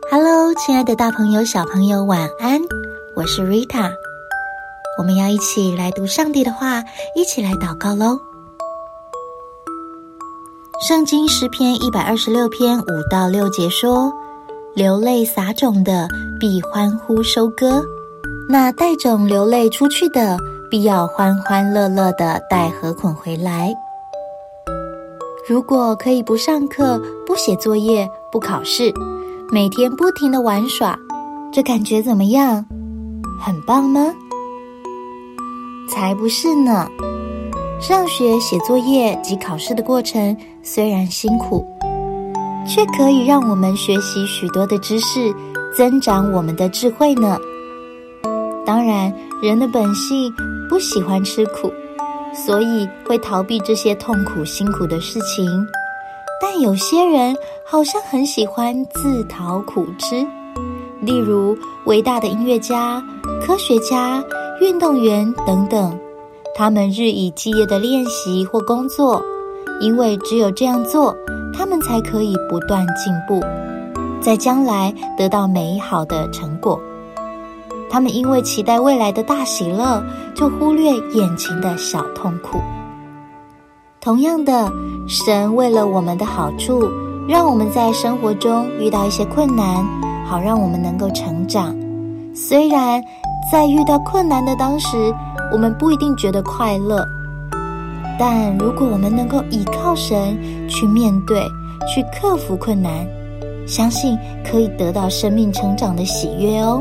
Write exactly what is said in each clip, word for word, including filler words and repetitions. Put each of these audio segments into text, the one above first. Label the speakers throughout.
Speaker 1: Hello， 亲爱的大朋友、小朋友，晚安！我是 Rita， 我们要一起来读上帝的话，一起来祷告咯。圣经诗篇一百二十六篇五到六节说：流泪撒种的，必欢呼收割；那带种流泪出去的，必要欢欢乐乐地带禾捆回来。如果可以不上课、不写作业、不考试，每天不停地玩耍，这感觉怎么样？很棒吗？才不是呢！上学、写作业及考试的过程虽然辛苦，却可以让我们学习许多的知识，增长我们的智慧呢。当然，人的本性不喜欢吃苦，所以会逃避这些痛苦辛苦的事情。但有些人好像很喜欢自讨苦吃，例如伟大的音乐家、科学家、运动员等等，他们日以继夜的练习或工作，因为只有这样做，他们才可以不断进步，在将来得到美好的成果。他们因为期待未来的大喜乐，就忽略眼前的小痛苦。同样的，神为了我们的好处，让我们在生活中遇到一些困难，好让我们能够成长。虽然在遇到困难的当时，我们不一定觉得快乐，但如果我们能够依靠神去面对、去克服困难，相信可以得到生命成长的喜悦哦。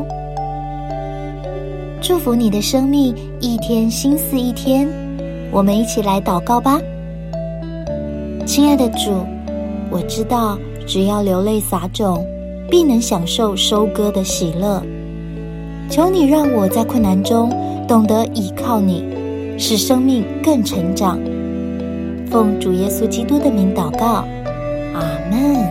Speaker 1: 祝福你的生命一天新似一天，我们一起来祷告吧。亲爱的主，我知道只要流泪撒种，必能享受收割的喜乐。求你让我在困难中懂得依靠你，使生命更成长。奉主耶稣基督的名祷告，阿们。